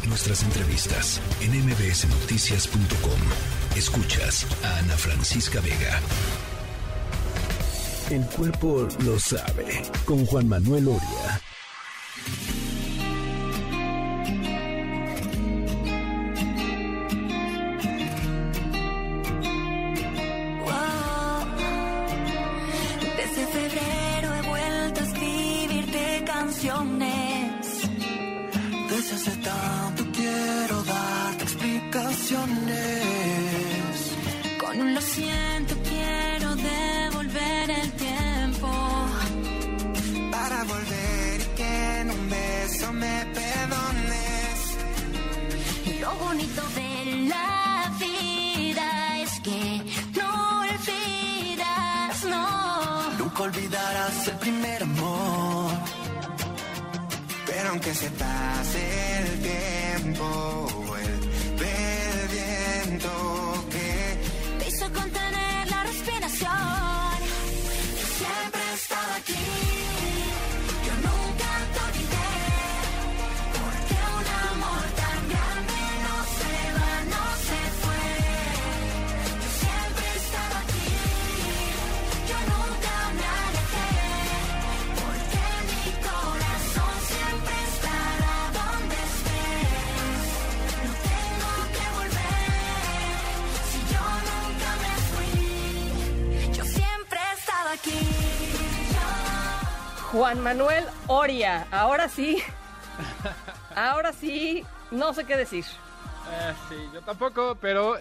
Nuestras entrevistas en mbsnoticias.com. Escuchas a Ana Francisca Vega. El cuerpo lo sabe, con Juan Manuel Oria. Desde febrero he vuelto a escribirte canciones. Desde hace tanto quiero darte explicaciones. Con un lo siento quiero devolver el tiempo para volver y que en un beso me perdones. Y lo bonito de la vida es que no olvidas, no. Nunca olvidarás el primer amor. Pero aunque se pase el tiempo, vuelve el viento que te hizo contener la respiración. Yo siempre he estado aquí, yo nunca te olvidé, porque un amor tan grande no se va, no se fue. Yo siempre he estado aquí, yo nunca me alejé, porque mi corazón siempre estará donde estés. No tengo que volver, si yo nunca me fui, yo siempre he estado aquí. Juan Manuel Oria, ahora sí, no sé qué decir. Sí, yo tampoco, pero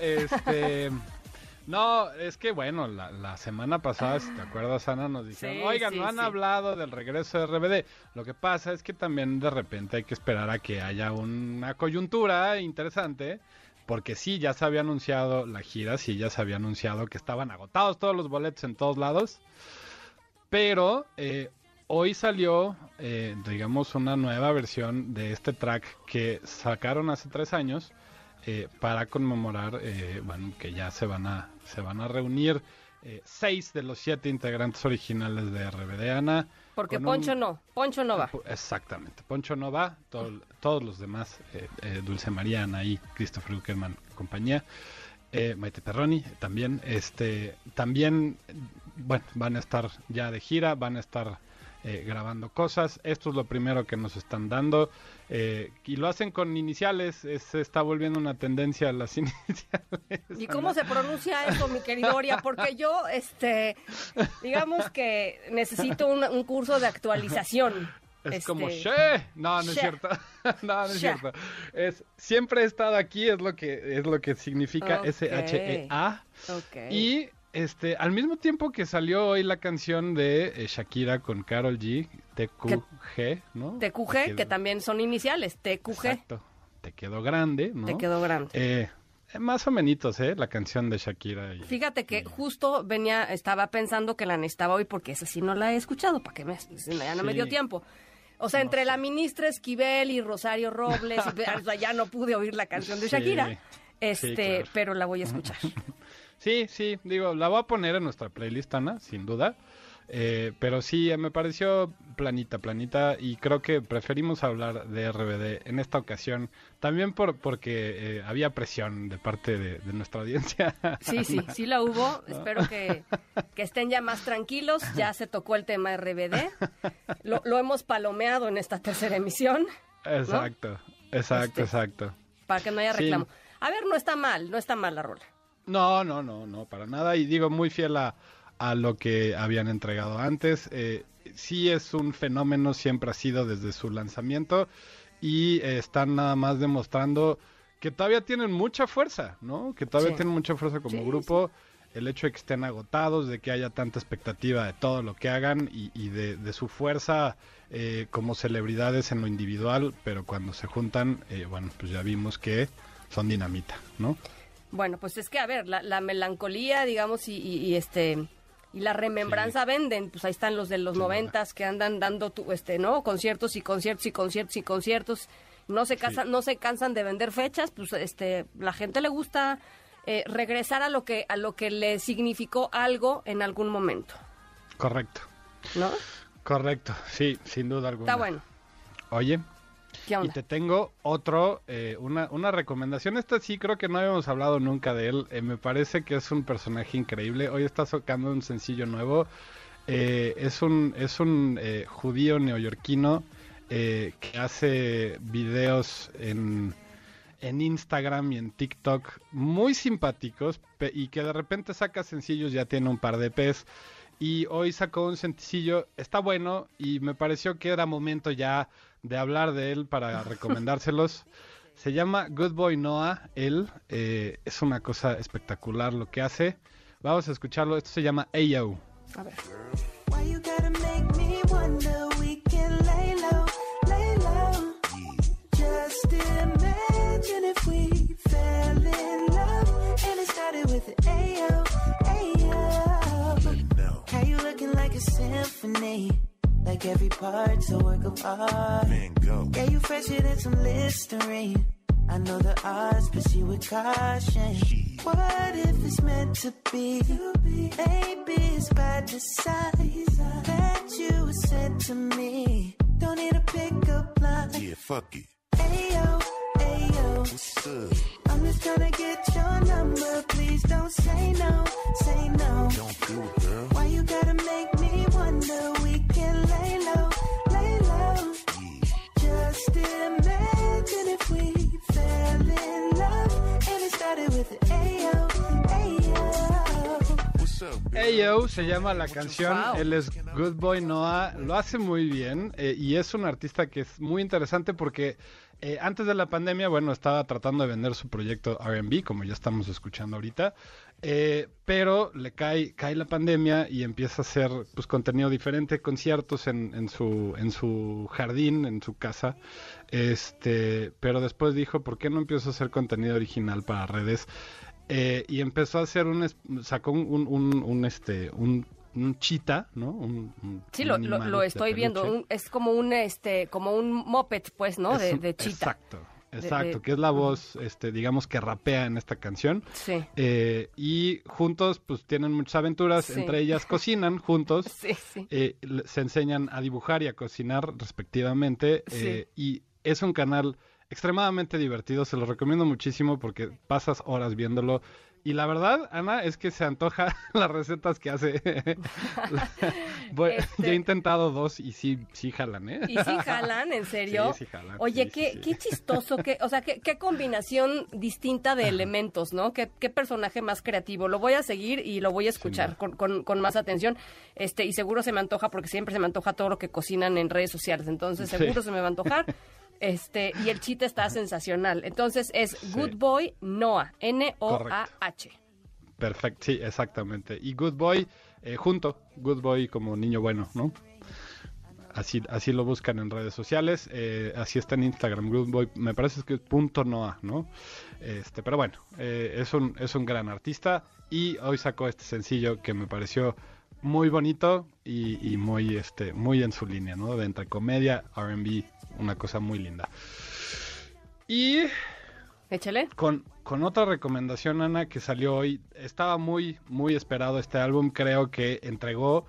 no, es que bueno, la semana pasada, si te acuerdas, Ana, nos dijeron, Sí, oigan, sí, no han sí. hablado del regreso de RBD. Lo que pasa es que también de repente hay que esperar a que haya una coyuntura interesante, porque sí, ya se había anunciado la gira, sí, ya se había anunciado que estaban agotados todos los boletos en todos lados, pero hoy salió, digamos, una nueva versión de este track que sacaron hace 3 años para conmemorar, bueno, que ya se van a reunir 6 de los 7 integrantes originales de RBD, Ana. Porque con Poncho no va. Exactamente, Poncho no va, todos los demás, Dulce María, Anaí, Christopher Uckerman, compañía. Maite Perroni también, bueno, van a estar ya de gira, van a estar grabando cosas. Esto es lo primero que nos están dando, y lo hacen con iniciales. Se está volviendo una tendencia a las iniciales. ¿Y cómo se pronuncia eso, mi querido Oria? Porque yo, digamos que necesito un curso de actualización. Es como she. No es she. cierto. No es She. cierto. Siempre he estado aquí, es lo que significa Ok. SHEA. Ok. Y al mismo tiempo que salió hoy la canción de Shakira con Karol G, TQG, ¿no? TQG, que también son iniciales, TQG. Exacto. Te quedó grande, ¿no? Te quedó grande. Más o menos, la canción de Shakira. Fíjate que justo estaba pensando que la necesitaba hoy porque esa sí no la he escuchado, para que ya no me dio tiempo. O sea, entre la ministra Esquivel y Rosario Robles, o sea, ya no pude oír la canción de Shakira, claro. pero la voy a escuchar. Sí, digo, la voy a poner en nuestra playlist, Ana, sin duda. Pero sí, me pareció planita, y creo que preferimos hablar de RBD en esta ocasión, también porque había presión de parte de nuestra audiencia. Sí la hubo. Espero que estén ya más tranquilos. Ya se tocó el tema RBD. Lo hemos palomeado en esta tercera emisión. Exacto. Para que no haya reclamo. Sí. A ver, no está mal la rola. No, para nada. Y digo, muy fiel a lo que habían entregado antes. Sí es un fenómeno, siempre ha sido desde su lanzamiento, y están nada más demostrando que todavía tienen mucha fuerza, ¿no? Que todavía tienen mucha fuerza como grupo. El hecho de que estén agotados, de que haya tanta expectativa de todo lo que hagan y de su fuerza como celebridades en lo individual, pero cuando se juntan, bueno, pues ya vimos que son dinamita, ¿no? Bueno, pues es que, a ver, la melancolía, digamos, y la remembranza venden. Pues ahí están los de los 90s que andan dando, ¿no? Conciertos. No se cansan de vender fechas. Pues la gente le gusta regresar a lo que le significó algo en algún momento. Correcto. ¿No? Correcto, sí, sin duda alguna. Está bueno. Oye, ¿Qué onda? Y te tengo una recomendación. Esta sí creo que no habíamos hablado nunca de él. Me parece que es un personaje increíble. Hoy está sacando un sencillo nuevo. Es un judío neoyorquino que hace videos en Instagram y en TikTok muy simpáticos y que de repente saca sencillos, ya tiene un par de EPs. Y hoy sacó un sencillo, está bueno y me pareció que era momento ya de hablar de él para recomendárselos. Se llama Good Boy Noah, él es una cosa espectacular lo que hace. Vamos a escucharlo, esto se llama Ayo. A ver. Why you gotta make me wonder? We can lay low, lay low. Just imagine if we fell in love and it started with an Ayo, Ayo. How you looking like a symphony? Like every part's a work of art. Man, go. Yeah, you fresher than some Listerine. I know the odds, proceed with caution. What if it's meant to be? Maybe it's by design that you were sent to me. Don't need a pickup line. Yeah, fuck it. Ayo, ayo. What's up? I'm just tryna get your number. Please don't say no, say no. Don't do it, girl. Why you gotta make me wonder? We can lay low, lay low. Just imagine if we fell in love and it started with an Ayo, Ayo. What's up, girl? Ayo se llama la canción, Wow. él es Good Boy Noah, lo hace muy bien y es un artista que es muy interesante porque antes de la pandemia, bueno, estaba tratando de vender su proyecto R&B, como ya estamos escuchando ahorita, pero le cae la pandemia y empieza a hacer pues contenido diferente, conciertos en su jardín, en su casa, pero después dijo, ¿por qué no empiezo a hacer contenido original para redes? Y empezó a hacer sacó un chita, ¿no? Sí, un lo animal lo de estoy peluche. viendo. Es como un moped, pues, ¿no? De chita. Exacto, que es la voz, digamos, que rapea en esta canción. Sí. Y juntos, pues, tienen muchas aventuras. Sí. Entre ellas cocinan juntos. Sí, sí. Se enseñan a dibujar y a cocinar, respectivamente. Sí. Y es un canal extremadamente divertido. Se lo recomiendo muchísimo porque pasas horas viéndolo. Y la verdad, Ana, es que se antoja las recetas que hace. Ya he intentado 2 y sí jalan, ¿eh? ¿Y sí jalan? ¿En serio? Sí jalan. Oye, Sí. qué chistoso, qué combinación distinta de elementos, ¿no? Qué personaje más creativo. Lo voy a seguir y lo voy a escuchar con más atención. Y seguro se me antoja, porque siempre se me antoja todo lo que cocinan en redes sociales. Entonces, seguro se me va a antojar. Y el chiste está sensacional. Entonces, es Good Boy Noah, N-O-A-H. Perfecto, sí, exactamente. Y Good Boy, junto, Good Boy como niño bueno, ¿no? Así lo buscan en redes sociales, así está en Instagram, Good Boy, me parece que es .noah, ¿no? Pero bueno, es un gran artista y hoy sacó este sencillo que me pareció muy bonito y muy en su línea, ¿no? De entre comedia, R&B, una cosa muy linda. Y Échale. con otra recomendación, Ana, que salió hoy, estaba muy, muy esperado este álbum, creo que entregó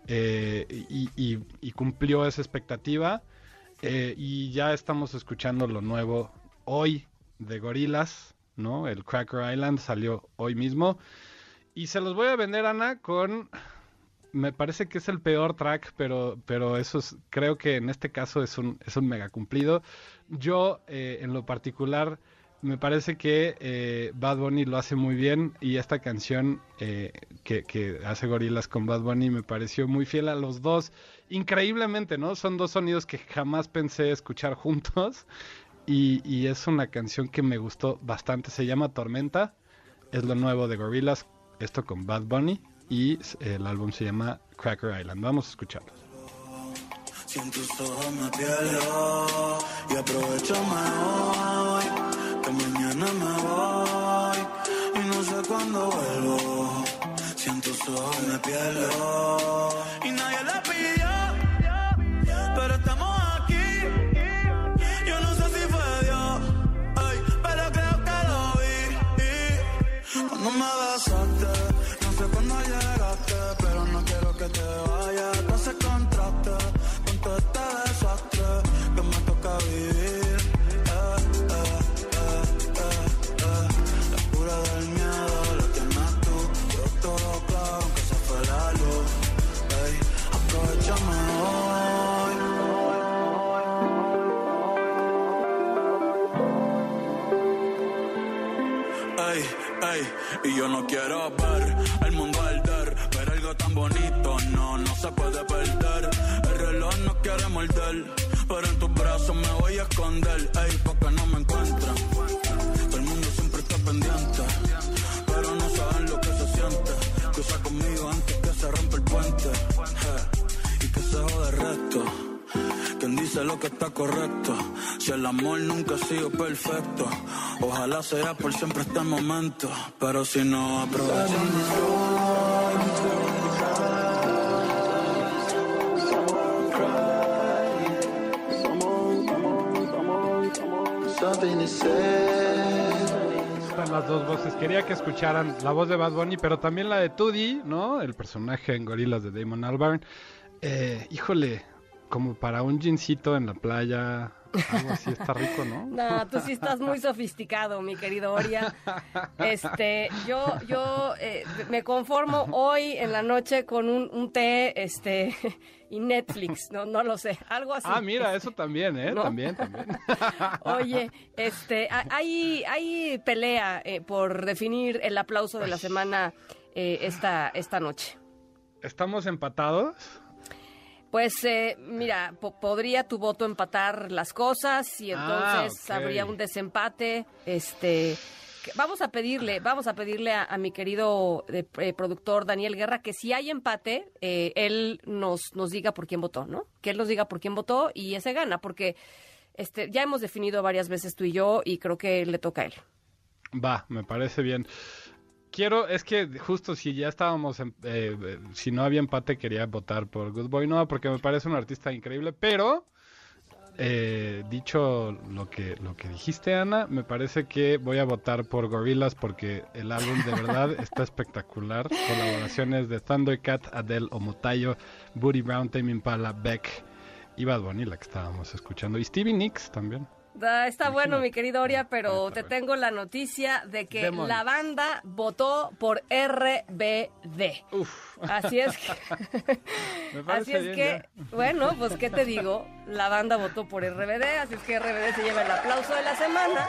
y cumplió esa expectativa, y ya estamos escuchando lo nuevo hoy de Gorillaz, ¿no? El Cracker Island salió hoy mismo, y se los voy a vender, Ana, me parece que es el peor track, pero eso creo que en este caso es un mega cumplido. Yo, en lo particular, me parece que Bad Bunny lo hace muy bien y esta canción que hace Gorillaz con Bad Bunny me pareció muy fiel a los dos, increíblemente, ¿no? Son dos sonidos que jamás pensé escuchar juntos y es una canción que me gustó bastante. Se llama Tormenta, es lo nuevo de Gorillaz, esto con Bad Bunny. Y el álbum se llama Cracker Island. Vamos a escucharlo. Si en tus ojos me pierdo y aprovecho hoy, que mañana me voy y no sé cuándo vuelvo. Si en tus ojos me pierdo y nadie la pidió, pero estamos aquí. Yo no sé si fue Dios, ay, pero creo que lo vi. Cuando me besaste, no sé cuándo llegaste, pero no quiero que te vayas. No se contraste con todo este desastre que me toca vivir. ey, ey. Y yo no quiero ver el mundo arder, ver algo tan bonito, no se puede perder. El reloj no quiere morder, pero en tus brazos me voy a esconder, ey, porque no me encuentran. Todo el mundo siempre está pendiente, pero no saben lo que se siente. Cruza conmigo antes que se rompa el puente, y que se jode el resto. Quien dice lo que está correcto, si el amor nunca ha sido perfecto, ojalá sea por siempre este momento, pero si no aprovechamos. Están las dos voces. Quería que escucharan la voz de Bad Bunny, pero también la de Toody, ¿no? El personaje en Gorillaz de Damon Albarn. Híjole, como para un gincito en la playa, algo así está rico, ¿no? No, tú sí estás muy sofisticado, mi querido Oria. Yo me conformo hoy en la noche con un té, y Netflix, no lo sé, algo así. Ah, mira, eso también, ¿no? También. Oye, hay pelea por definir el aplauso de la semana esta noche. ¿Estamos empatados? Pues mira, podría tu voto empatar las cosas y entonces habría un desempate. Vamos a pedirle a mi querido productor Daniel Guerra que si hay empate, él nos diga por quién votó, ¿no? Que él nos diga por quién votó y ese gana, porque ya hemos definido varias veces tú y yo y creo que le toca a él. Va, me parece bien. Es que justo si ya estábamos, si no había empate quería votar por Good Boy Noah porque me parece un artista increíble, pero dicho lo que dijiste, Ana, me parece que voy a votar por Gorillaz porque el álbum de verdad está espectacular. Colaboraciones de Thundercat, Adele, Omotayo, Booty Brown, Tame Impala, Beck y Bad Bunny, la que estábamos escuchando, y Stevie Nicks también. Está bueno, mi querido Oria, pero te tengo la noticia de que la banda votó por RBD. Uf. Así es que, bueno, pues qué te digo, la banda votó por RBD, así es que RBD se lleva el aplauso de la semana.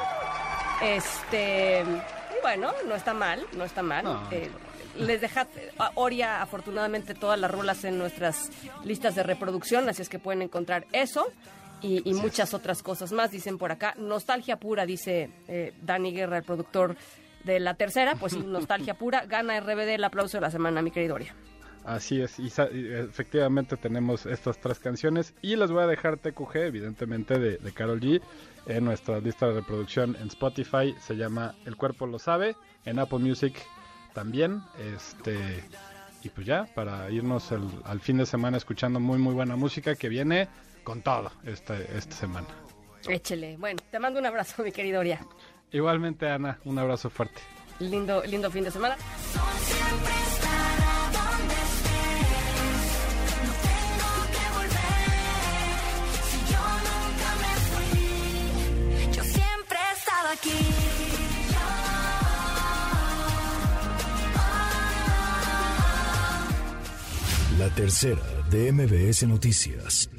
Y bueno, no está mal. No. Les deja Oria afortunadamente todas las rolas en nuestras listas de reproducción, así es que pueden encontrar eso. Y muchas otras cosas más, dicen por acá. Nostalgia pura, dice Dani Guerra, el productor de La Tercera. Pues sí, nostalgia pura. Gana RBD el aplauso de la semana, mi querido Oria. Así es, y efectivamente tenemos estas 3 canciones. Y les voy a dejar TQG, evidentemente, de Karol G, en nuestra lista de reproducción en Spotify. Se llama El Cuerpo Lo Sabe. En Apple Music también. Y pues ya, para irnos al fin de semana escuchando muy, muy buena música que viene con todo esta semana. Échele. Bueno, te mando un abrazo, mi querido Oria. Igualmente, Ana, un abrazo fuerte. Lindo fin de semana. Siempre estará donde estés. No tengo que volver. Si yo nunca me fui, yo siempre he estado aquí. La Tercera de MBS Noticias.